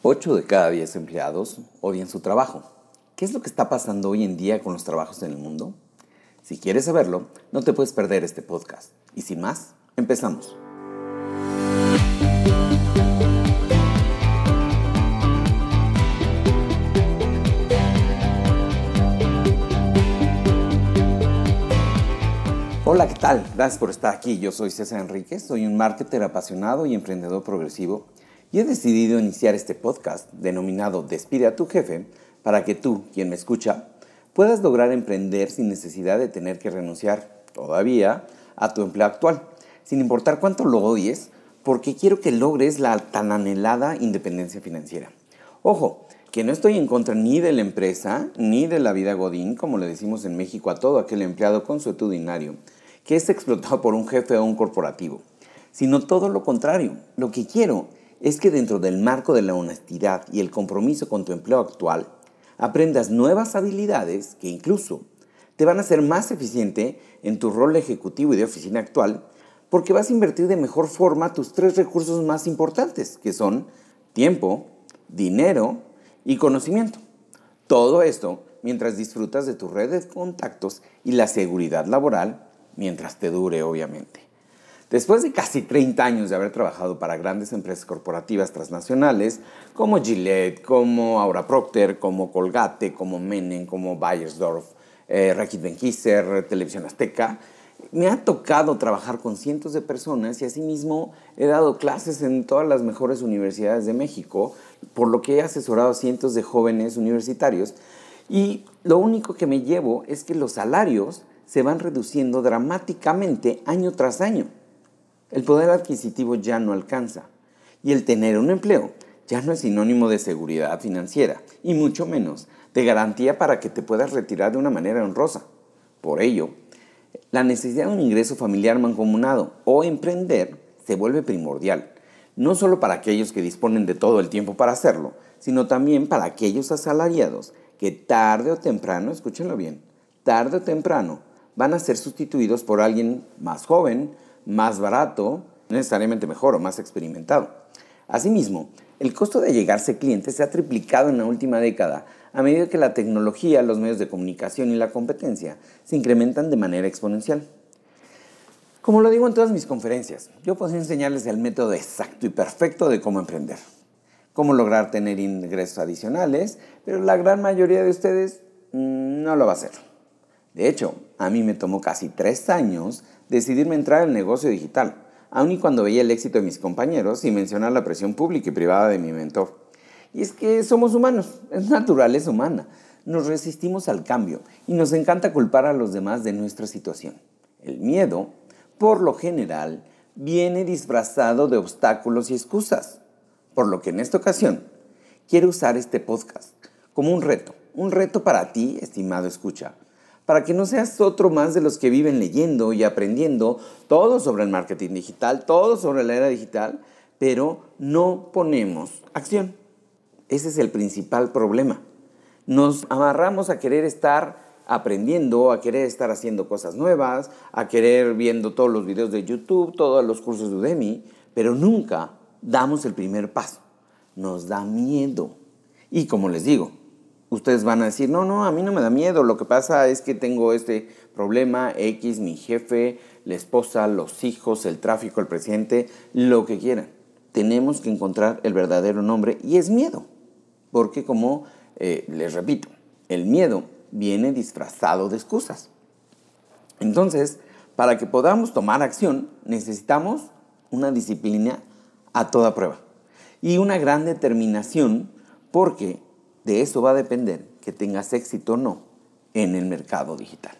8 de cada 10 empleados odian su trabajo. ¿Qué es lo que está pasando hoy en día con los trabajos en el mundo? Si quieres saberlo, no te puedes perder este podcast. Y sin más, empezamos. Hola, ¿qué tal? Gracias por estar aquí. Yo soy César Enríquez, soy un marketer apasionado y emprendedor progresivo y he decidido iniciar este podcast denominado Despide a tu jefe para que tú, quien me escucha, puedas lograr emprender sin necesidad de tener que renunciar todavía a tu empleo actual, sin importar cuánto lo odies, porque quiero que logres la tan anhelada independencia financiera. Ojo, que no estoy en contra ni de la empresa ni de la vida godín, como le decimos en México a todo aquel empleado consuetudinario que es explotado por un jefe o un corporativo, sino todo lo contrario. Lo que quiero es que dentro del marco de la honestidad y el compromiso con tu empleo actual, aprendas nuevas habilidades que incluso te van a hacer más eficiente en tu rol ejecutivo y de oficina actual, porque vas a invertir de mejor forma tus 3 recursos más importantes, que son tiempo, dinero y conocimiento. Todo esto mientras disfrutas de tu red de contactos y la seguridad laboral, mientras te dure, obviamente. Después de casi 30 años de haber trabajado para grandes empresas corporativas transnacionales, como Gillette, como Aura Procter, como Colgate, como Menem, como Bayersdorf, Reckitt Benckiser, Televisión Azteca, me ha tocado trabajar con cientos de personas y asimismo he dado clases en todas las mejores universidades de México, por lo que he asesorado a cientos de jóvenes universitarios. Y lo único que me llevo es que los salarios se van reduciendo dramáticamente año tras año. El poder adquisitivo ya no alcanza y el tener un empleo ya no es sinónimo de seguridad financiera y mucho menos de garantía para que te puedas retirar de una manera honrosa. Por ello, la necesidad de un ingreso familiar mancomunado o emprender se vuelve primordial, no solo para aquellos que disponen de todo el tiempo para hacerlo, sino también para aquellos asalariados que tarde o temprano, escúchenlo bien, tarde o temprano van a ser sustituidos por alguien más joven, más barato, no necesariamente mejor o más experimentado. Asimismo, el costo de llegarse clientes se ha triplicado en la última década a medida que la tecnología, los medios de comunicación y la competencia se incrementan de manera exponencial. Como lo digo en todas mis conferencias, yo podría enseñarles el método exacto y perfecto de cómo emprender, cómo lograr tener ingresos adicionales, pero la gran mayoría de ustedes no lo va a hacer. De hecho, a mí me tomó casi 3 años decidirme entrar al negocio digital, aun y cuando veía el éxito de mis compañeros, sin mencionar la presión pública y privada de mi mentor. Y es que somos humanos, es naturaleza humana. Nos resistimos al cambio y nos encanta culpar a los demás de nuestra situación. El miedo, por lo general, viene disfrazado de obstáculos y excusas. Por lo que en esta ocasión, quiero usar este podcast como un reto para ti, estimado escucha, para que no seas otro más de los que viven leyendo y aprendiendo todo sobre el marketing digital, todo sobre la era digital, pero no ponemos acción. Ese es el principal problema. Nos amarramos a querer estar aprendiendo, a querer estar haciendo cosas nuevas, a querer viendo todos los videos de YouTube, todos los cursos de Udemy, pero nunca damos el primer paso. Nos da miedo. Y como les digo, ustedes van a decir, no, a mí no me da miedo, lo que pasa es que tengo este problema X, mi jefe, la esposa, los hijos, el tráfico, el presidente, lo que quieran. Tenemos que encontrar el verdadero nombre y es miedo, porque como les repito, el miedo viene disfrazado de excusas. Entonces, para que podamos tomar acción, necesitamos una disciplina a toda prueba y una gran determinación, porque de eso va a depender que tengas éxito o no en el mercado digital.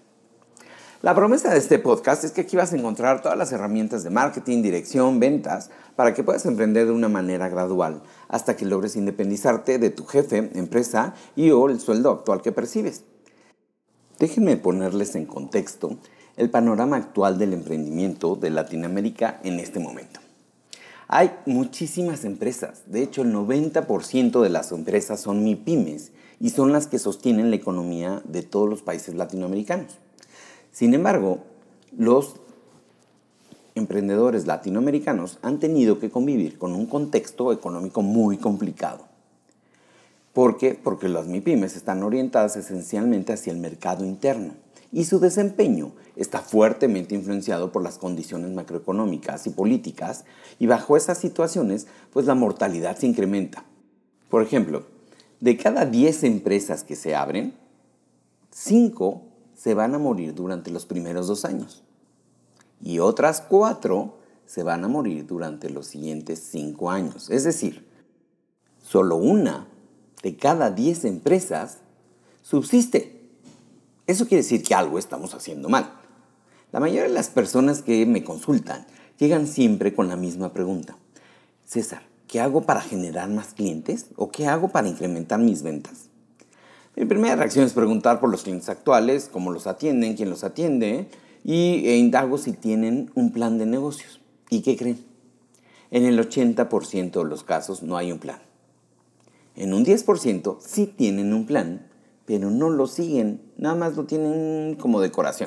La promesa de este podcast es que aquí vas a encontrar todas las herramientas de marketing, dirección, ventas, para que puedas emprender de una manera gradual hasta que logres independizarte de tu jefe, empresa y o el sueldo actual que percibes. Déjenme ponerles en contexto el panorama actual del emprendimiento de Latinoamérica en este momento. Hay muchísimas empresas, de hecho el 90% de las empresas son MIPYMES y son las que sostienen la economía de todos los países latinoamericanos. Sin embargo, los emprendedores latinoamericanos han tenido que convivir con un contexto económico muy complicado. ¿Por qué? Porque las MIPYMES están orientadas esencialmente hacia el mercado interno y su desempeño está fuertemente influenciado por las condiciones macroeconómicas y políticas, y bajo esas situaciones, pues la mortalidad se incrementa. Por ejemplo, de cada 10 empresas que se abren, 5 se van a morir durante los primeros 2 años y otras 4 se van a morir durante los siguientes 5 años. Es decir, solo una de cada 10 empresas subsiste. Eso quiere decir que algo estamos haciendo mal. La mayoría de las personas que me consultan llegan siempre con la misma pregunta. César, ¿qué hago para generar más clientes? ¿O qué hago para incrementar mis ventas? Mi primera reacción es preguntar por los clientes actuales, cómo los atienden, quién los atiende, e indago si tienen un plan de negocios. ¿Y qué creen? En el 80% de los casos no hay un plan. En un 10% sí tienen un plan, pero no lo siguen, nada más lo tienen como decoración.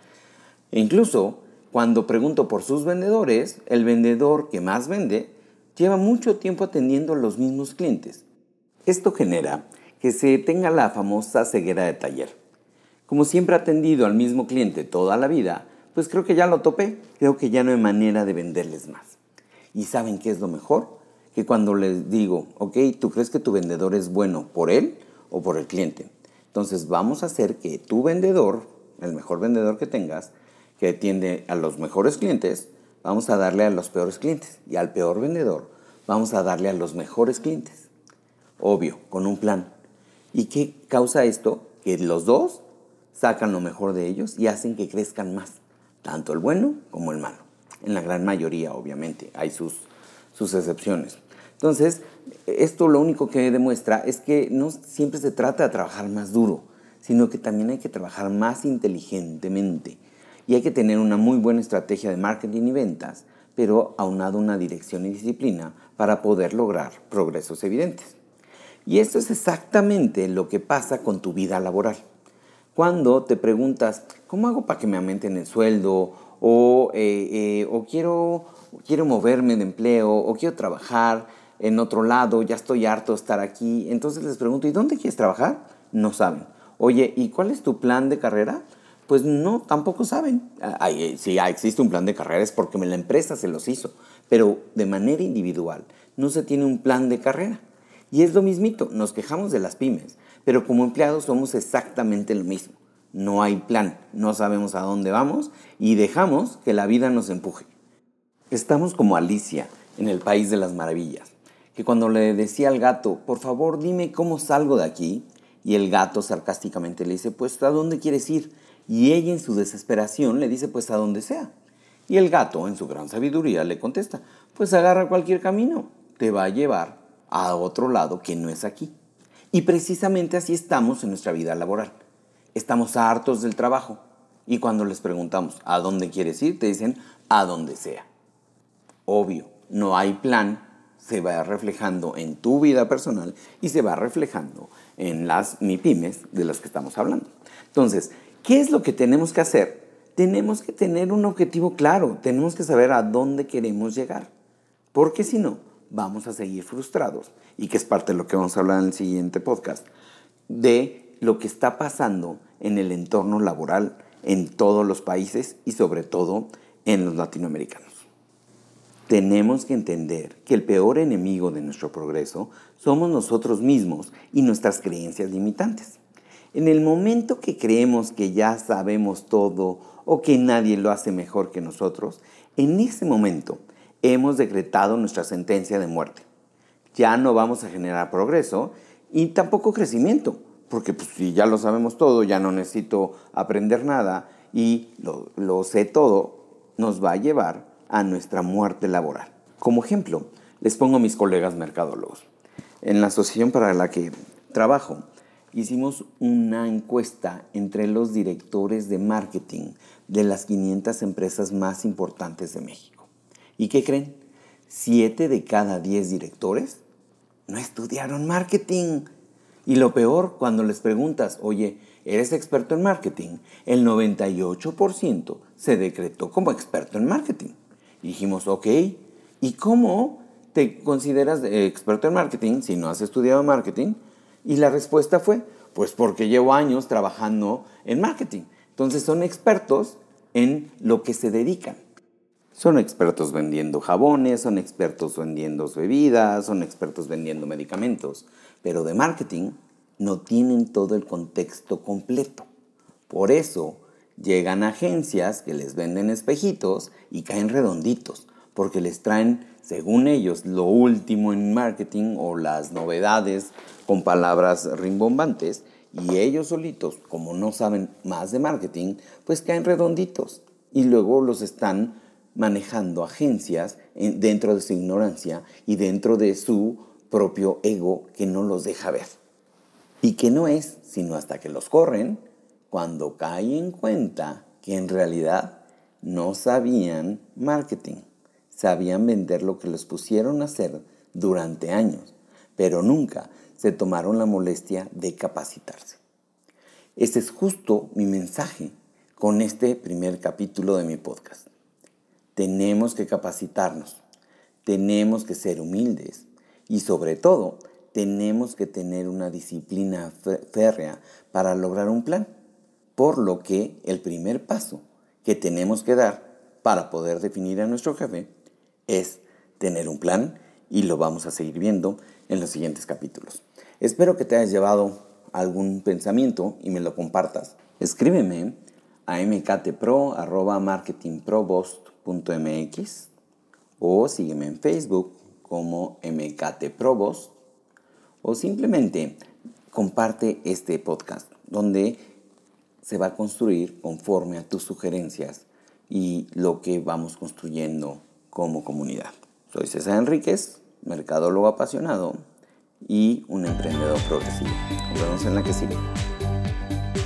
E incluso, cuando pregunto por sus vendedores, el vendedor que más vende lleva mucho tiempo atendiendo a los mismos clientes. Esto genera que se tenga la famosa ceguera de taller. Como siempre he atendido al mismo cliente toda la vida, pues creo que ya lo topé, creo que ya no hay manera de venderles más. ¿Y saben qué es lo mejor? Que cuando les digo, ok, ¿tú crees que tu vendedor es bueno por él o por el cliente? Entonces vamos a hacer que tu vendedor, el mejor vendedor que tengas, que atiende a los mejores clientes, vamos a darle a los peores clientes. Y al peor vendedor, vamos a darle a los mejores clientes. Obvio, con un plan. ¿Y qué causa esto? Que los dos sacan lo mejor de ellos y hacen que crezcan más. Tanto el bueno como el malo. En la gran mayoría, obviamente, hay sus excepciones. Entonces, esto lo único que demuestra es que no siempre se trata de trabajar más duro, sino que también hay que trabajar más inteligentemente. Y hay que tener una muy buena estrategia de marketing y ventas, pero aunado a una dirección y disciplina para poder lograr progresos evidentes. Y esto es exactamente lo que pasa con tu vida laboral. Cuando te preguntas, ¿cómo hago para que me aumenten el sueldo? O quiero moverme de empleo, o quiero trabajar en otro lado, ya estoy harto de estar aquí. Entonces les pregunto, ¿y dónde quieres trabajar? No saben. Oye, ¿y cuál es tu plan de carrera? Pues no, tampoco saben. Si existe un plan de carrera es porque la empresa se los hizo, pero de manera individual no se tiene un plan de carrera. Y es lo mismito, nos quejamos de las pymes, pero como empleados somos exactamente lo mismo. No hay plan, no sabemos a dónde vamos y dejamos que la vida nos empuje. Estamos como Alicia en el País de las Maravillas, que cuando le decía al gato, por favor dime cómo salgo de aquí, y el gato sarcásticamente le dice, pues ¿a dónde quieres ir? Y ella en su desesperación le dice, pues a donde sea. Y el gato en su gran sabiduría le contesta, pues agarra cualquier camino, te va a llevar a otro lado que no es aquí. Y precisamente así estamos en nuestra vida laboral. Estamos hartos del trabajo y cuando les preguntamos ¿a dónde quieres ir? Te dicen a donde sea. Obvio, no hay plan, se va reflejando en tu vida personal y se va reflejando en las MIPYMES de las que estamos hablando. Entonces, ¿qué es lo que tenemos que hacer? Tenemos que tener un objetivo claro, tenemos que saber a dónde queremos llegar, porque si no, vamos a seguir frustrados, y que es parte de lo que vamos a hablar en el siguiente podcast, de lo que está pasando en el entorno laboral en todos los países y sobre todo en los latinoamericanos. Tenemos que entender que el peor enemigo de nuestro progreso somos nosotros mismos y nuestras creencias limitantes. En el momento que creemos que ya sabemos todo o que nadie lo hace mejor que nosotros, en ese momento hemos decretado nuestra sentencia de muerte. Ya no vamos a generar progreso y tampoco crecimiento, porque pues, si ya lo sabemos todo, ya no necesito aprender nada y lo sé todo, nos va a llevar a nuestra muerte laboral. Como ejemplo, les pongo a mis colegas mercadólogos. En la asociación para la que trabajo, hicimos una encuesta entre los directores de marketing de las 500 empresas más importantes de México. ¿Y qué creen? 7 de cada 10 directores no estudiaron marketing. Y lo peor, cuando les preguntas, oye, ¿eres experto en marketing? El 98% se decretó como experto en marketing. Y dijimos, ok, ¿y cómo te consideras experto en marketing si no has estudiado marketing? Y la respuesta fue, pues porque llevo años trabajando en marketing. Entonces son expertos en lo que se dedican. Son expertos vendiendo jabones, son expertos vendiendo bebidas, son expertos vendiendo medicamentos, pero de marketing no tienen todo el contexto completo. Por eso llegan agencias que les venden espejitos y caen redonditos, porque les traen, según ellos, lo último en marketing o las novedades con palabras rimbombantes, y ellos solitos, como no saben más de marketing, pues caen redonditos y luego los están manejando agencias dentro de su ignorancia y dentro de su propio ego que no los deja ver. Y que no es sino hasta que los corren cuando caen en cuenta que en realidad no sabían marketing. Sabían vender lo que les pusieron a hacer durante años, pero nunca se tomaron la molestia de capacitarse. Ese es justo mi mensaje con este primer capítulo de mi podcast. Tenemos que capacitarnos, tenemos que ser humildes y sobre todo tenemos que tener una disciplina férrea para lograr un plan. Por lo que el primer paso que tenemos que dar para poder definir a nuestro jefe es tener un plan y lo vamos a seguir viendo en los siguientes capítulos. Espero que te hayas llevado algún pensamiento y me lo compartas. Escríbeme a mktpro@marketingprovost.mx o sígueme en Facebook como mktprovost o simplemente comparte este podcast donde se va a construir conforme a tus sugerencias y lo que vamos construyendo como comunidad. Soy César Enríquez, mercadólogo apasionado y un emprendedor progresivo. Nos vemos en la que sigue.